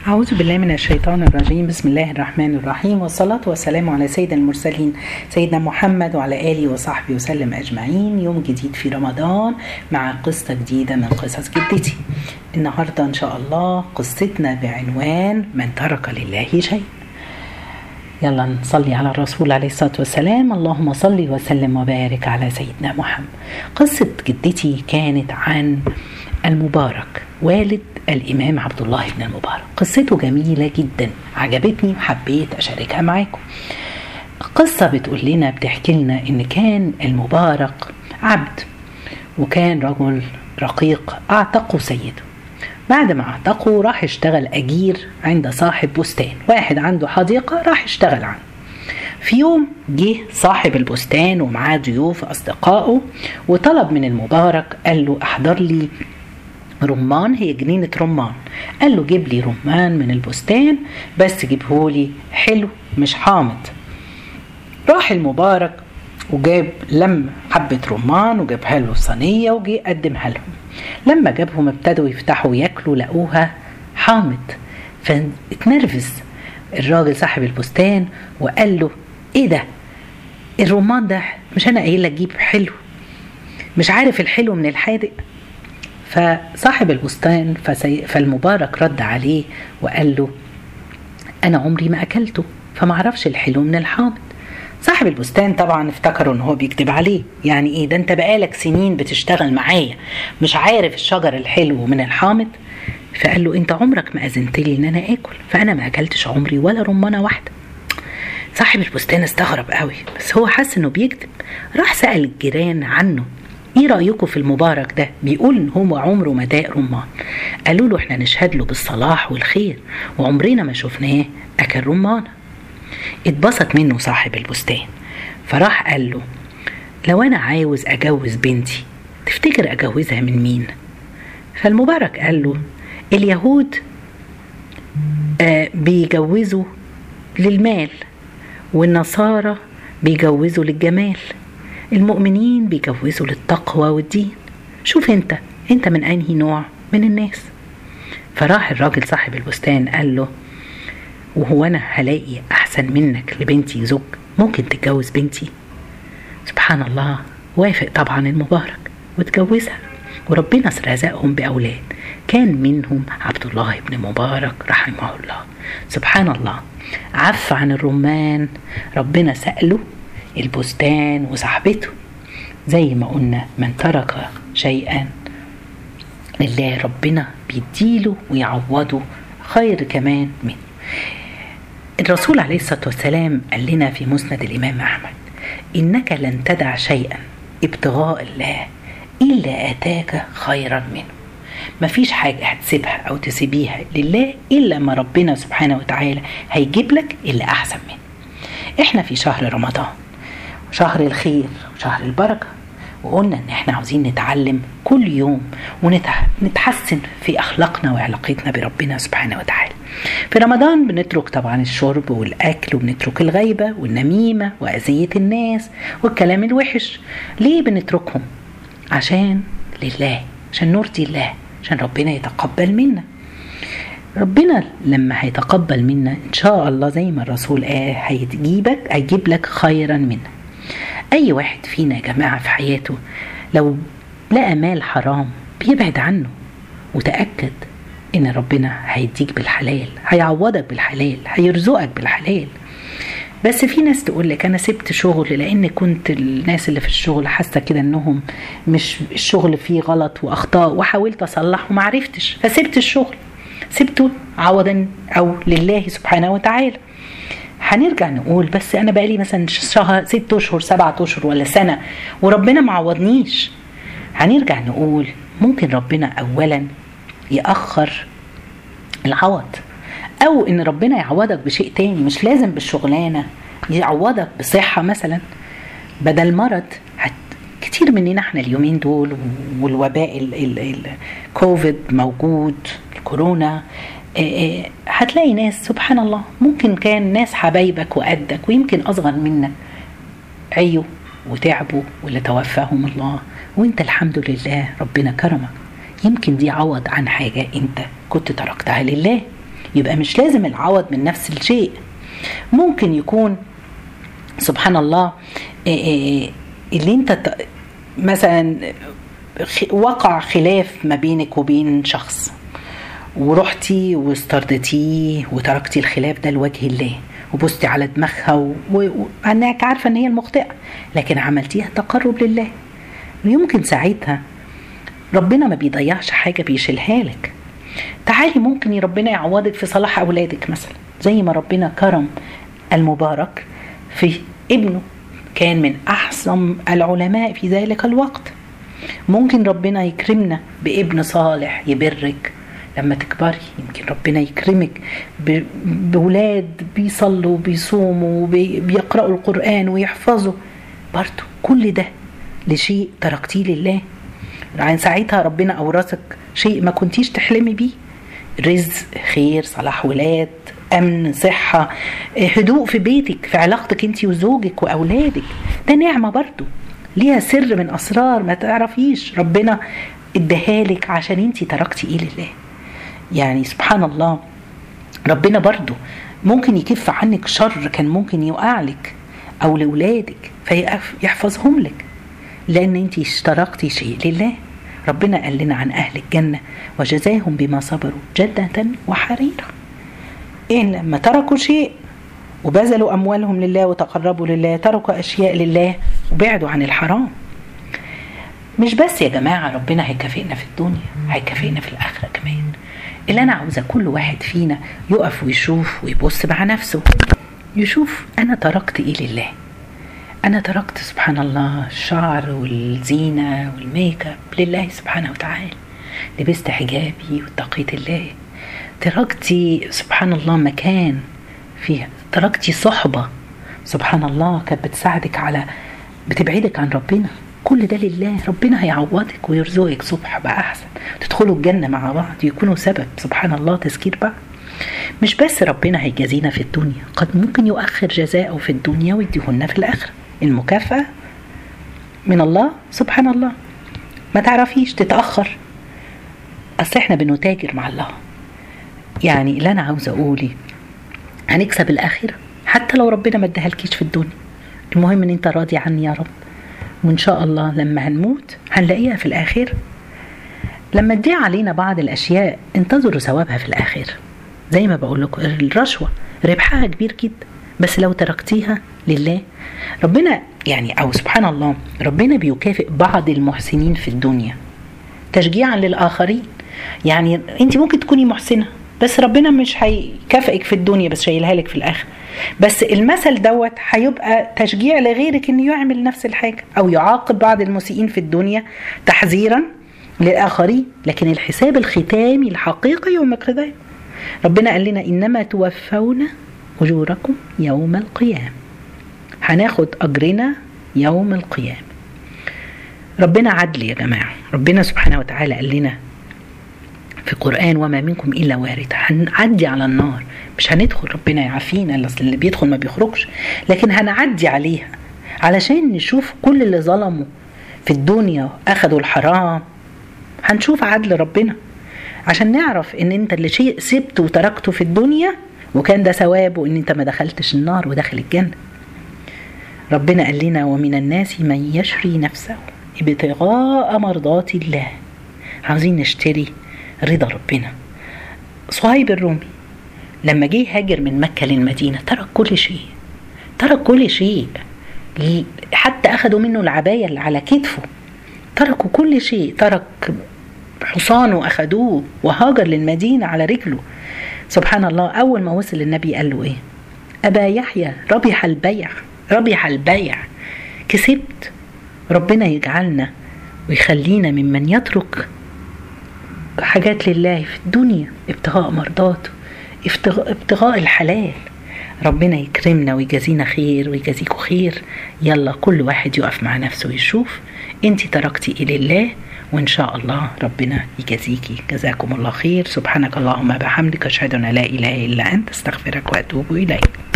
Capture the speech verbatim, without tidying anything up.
أعوذ بالله من الشيطان الرجيم. بسم الله الرحمن الرحيم، والصلاة والسلام على سيد المرسلين سيدنا محمد وعلى آله وصحبه وسلم أجمعين. يوم جديد في رمضان مع قصة جديدة من قصص جدتي. النهاردة إن شاء الله قصتنا بعنوان من ترك لله شيء. يلا نصلي على الرسول عليه الصلاة والسلام. اللهم صل وسلم وبارك على سيدنا محمد. قصة جدتي كانت عن المبارك والد الإمام عبد الله بن المبارك. قصته جميلة جدا، عجبتني وحبيت أشاركها معاكم. القصة بتقول لنا بتحكي لنا إن كان المبارك عبد، وكان رجل رقيق أعتقه سيده. بعد ما أعتقه راح اشتغل أجير عند صاحب بستان، واحد عنده حديقة راح اشتغل عنه. في يوم جه صاحب البستان ومعاه ضيوف أصدقائه، وطلب من المبارك، قال له أحضر لي رمان، هي جنينة رمان. قال له جيب لي رمان من البستان، بس جيبهولي حلو مش حامض. راح المبارك وجاب لم حبة رمان وجابها له صينية وجي قدمها لهم. لما جابهم ابتدوا يفتحوا ياكلوا، لقوها حامض، فاتنرفز الراجل صاحب البستان وقال له ايه ده؟ الرمان ده مش انا قايل لك جيب حلو؟ مش عارف الحلو من الحادق؟ فصاحب البستان فالمبارك رد عليه وقال له انا عمري ما اكلته، فما اعرفش الحلو من الحامض. صاحب البستان طبعا افتكروا ان هو بيكتب عليه، يعني ايه ده، انت بقالك سنين بتشتغل معايا مش عارف الشجر الحلو من الحامض؟ فقال له انت عمرك ما اذنت لي ان انا اكل، فانا ما اكلتش عمري ولا رمانه واحده. صاحب البستان استغرب قوي، بس هو حس انه بيكتب. راح سأل الجيران عنه، ايه رأيكم في المبارك ده؟ بيقول ان هو عمره ما داق رمان. قالوا له احنا نشهد له بالصلاح والخير وعمرنا ما شفناه اكل رمانه. اتبسط منه صاحب البستان، فراح قال له لو انا عاوز اجوز بنتي تفتكر اجوزها من مين؟ فالمبارك قال له اليهود آه بيجوزوا للمال، والنصارى بيجوزوا للجمال، المؤمنين بيجوزوا للتقوى والدين. شوف انت انت من انهي نوع من الناس؟ فراح الراجل صاحب البستان قال له وهو انا هلاقي احسن منك لبنتي زوج ممكن تتجوز بنتي؟ سبحان الله. وافق طبعا المبارك وتجوزها، وربنا رزقهم باولاد، كان منهم عبد الله بن مبارك رحمه الله. سبحان الله، عف عن الرمان، ربنا سأله البستان وصاحبته. زي ما قلنا من ترك شيئا لله ربنا بيديله ويعوضه خير كمان منه. الرسول عليه الصلاة والسلام قال لنا في مسند الإمام أحمد إنك لن تدع شيئا ابتغاء الله إلا أتاك خيرا منه. مفيش حاجة هتسيبها أو تسيبيها لله إلا ما ربنا سبحانه وتعالى هيجيب لك اللي أحسن منه. إحنا في شهر رمضان، شهر الخير وشهر البركة، وقلنا ان احنا عاوزين نتعلم كل يوم ونتحسن في اخلاقنا وعلاقتنا بربنا سبحانه وتعالى. في رمضان بنترك طبعا الشرب والاكل، وبنترك الغيبة والنميمة واذية الناس والكلام الوحش. ليه بنتركهم؟ عشان لله، عشان نرضي الله، عشان ربنا يتقبل منا. ربنا لما هيتقبل منا ان شاء الله زي ما الرسول قال هيجيبك هيجيب لك خيرا منا. اي واحد فينا يا جماعة في حياته لو لقى مال حرام بيبعد عنه، وتأكد ان ربنا هيديك بالحلال، هيعوضك بالحلال، هيرزقك بالحلال. بس في ناس تقول لك انا سبت شغل لان كنت الناس اللي في الشغل حاسه كده انهم مش الشغل فيه غلط واخطاء، وحاولت اصلح ومعرفتش فسبت الشغل، سبته عوضا او لله سبحانه وتعالى. هنرجع نقول بس انا بقالي مثلا شهر ست اشهر سبعة اشهر ولا سنة وربنا معوضنيش. هنرجع نقول ممكن ربنا اولا يأخر العوض، او ان ربنا يعوضك بشيء تاني، مش لازم بالشغلانة، يعوضك بصحة مثلا بدل مرض. كتير مننا احنا اليومين دول والوباء الكوفيد موجود، الكورونا، هتلاقي ناس سبحان الله ممكن كان ناس حبايبك وقدك ويمكن أصغر منك عيوا وتعبوا واللي توفاهم الله، وانت الحمد لله ربنا كرمك. يمكن دي عوض عن حاجة انت كنت تركتها لله، يبقى مش لازم العوض من نفس الشيء. ممكن يكون سبحان الله اللي انت مثلا وقع خلاف ما بينك وبين شخص، ورحتي واسترضتيه وتركتي الخلاف ده لوجه الله، وبصتي على دماغها وانك عارفه ان هي المخطئه، لكن عملتيها تقرب لله. يمكن ساعتها ربنا ما بيضيعش حاجه، بيشيلها لك. تعالي ممكن ربنا يعوضك في صلاح اولادك مثلا، زي ما ربنا كرم المبارك في ابنه، كان من احسن العلماء في ذلك الوقت. ممكن ربنا يكرمنا بابن صالح يبرك لما تكبري. يمكن ربنا يكرمك بولاد بيصلوا وبيصوموا وبيقرأوا القرآن ويحفظوا، برضو كل ده لشيء تركتيه لله. يعني ساعتها ربنا أورثك شيء ما كنتيش تحلمي بيه، رزق، خير، صلاح ولاد، أمن، صحة، هدوء في بيتك، في علاقتك انت وزوجك وأولادك. ده نعمة برضو ليها سر من أسرار ما تعرفيش، ربنا ادهالك عشان انت تركتي ايه لله. يعني سبحان الله، ربنا برضو ممكن يكف عنك شر كان ممكن يوقع لك أو لأولادك فيحفظهم لك، لأن انت اشتركتي شيء لله. ربنا قال لنا عن أهل الجنة وجزاهم بما صبروا جنة وحريرا. إن لما تركوا شيء وبذلوا أموالهم لله وتقربوا لله، تركوا أشياء لله وبعدوا عن الحرام. مش بس يا جماعة ربنا هيكافئنا في الدنيا، هيكافئنا في الآخرة كمان. اللي أنا عاوزة كل واحد فينا يقف ويشوف ويبص مع نفسه، يشوف أنا تركت إيه لله. أنا تركت سبحان الله الشعر والزينة والميك اب لله سبحانه وتعالى، لبست حجابي واتقيت الله. تركتي سبحان الله مكان فيها، تركتي صحبة سبحان الله كانت بتساعدك على بتبعدك عن ربنا. كل ده لله. ربنا هيعوضك ويرزقك صبح بقى أحسن، تدخلوا الجنة مع بعض، يكونوا سبب سبحان الله تذكير بعض. مش بس ربنا هيجازينا في الدنيا، قد ممكن يؤخر جزاءه في الدنيا ويديهن في الآخرة. المكافأة من الله سبحان الله، ما تعرفيش تتأخر. أصل احنا بنتاجر مع الله. يعني اللي أنا عاوزة أقولي هنكسب الآخرة حتى لو ربنا ما ادهالكيش في الدنيا. المهم ان انت راضي عني يا رب، وان شاء الله لما هنموت هنلاقيها في الآخرة. لما تضيع علينا بعض الأشياء انتظروا ثوابها في الآخرة. زي ما بقول لكم الرشوة ربحها كبير جدا، بس لو تركتيها لله ربنا يعني أو سبحان الله ربنا بيكافئ بعض المحسنين في الدنيا تشجيعا للآخرين. يعني انت ممكن تكوني محسنة بس ربنا مش هيكافئك في الدنيا، بس شايلها لك في الآخرة. بس المثل دوت هيبقى تشجيع لغيرك انه يعمل نفس الحاجة، او يعاقب بعض المسيئين في الدنيا تحذيرا للآخرين. لكن الحساب الختامي الحقيقي يوم القيامة. ربنا قال لنا إنما توفون أجوركم يوم القيامة، هناخد أجرنا يوم القيامة. ربنا عدل يا جماعة. ربنا سبحانه وتعالى قال لنا في القرآن وما منكم إلا وارد، هنعدي على النار، مش هندخل ربنا يعافينا، اللي بيدخل ما بيخرجش، لكن هنعدي عليها علشان نشوف كل اللي ظلموا في الدنيا أخذوا الحرام. هنشوف عدل ربنا عشان نعرف ان انت اللي شيء سبته وتركته في الدنيا وكان ده ثوابه ان انت ما دخلتش النار ودخل الجنة. ربنا قال لنا ومن الناس من يشري نفسه ابتغاء مرضات الله. عاوزين نشتري رضا ربنا. صهيب الرومي لما جه هاجر من مكة للمدينة ترك كل شيء، ترك كل شيء، حتى أخذوا منه العباية اللي على كتفه، تركوا كل شيء، ترك حصانه أخذوه وهاجر للمدينة على رجله. سبحان الله. أول ما وصل النبي قال له إيه؟ أبا يحيى ربح البيع، ربح البيع، كسبت. ربنا يجعلنا ويخلينا ممن يترك حاجات لله في الدنيا ابتغاء مرضاته، ابتغاء الحلال. ربنا يكرمنا ويجازينا خير ويجازيكوا خير. يلا كل واحد يقف مع نفسه ويشوف انت تركتي إيه لله، وإن شاء الله ربنا يجازيكي. جزاكم الله خير. سبحانك اللهم بحمدك أشهد أن لا إله إلا أنت استغفرك وأتوب إليك.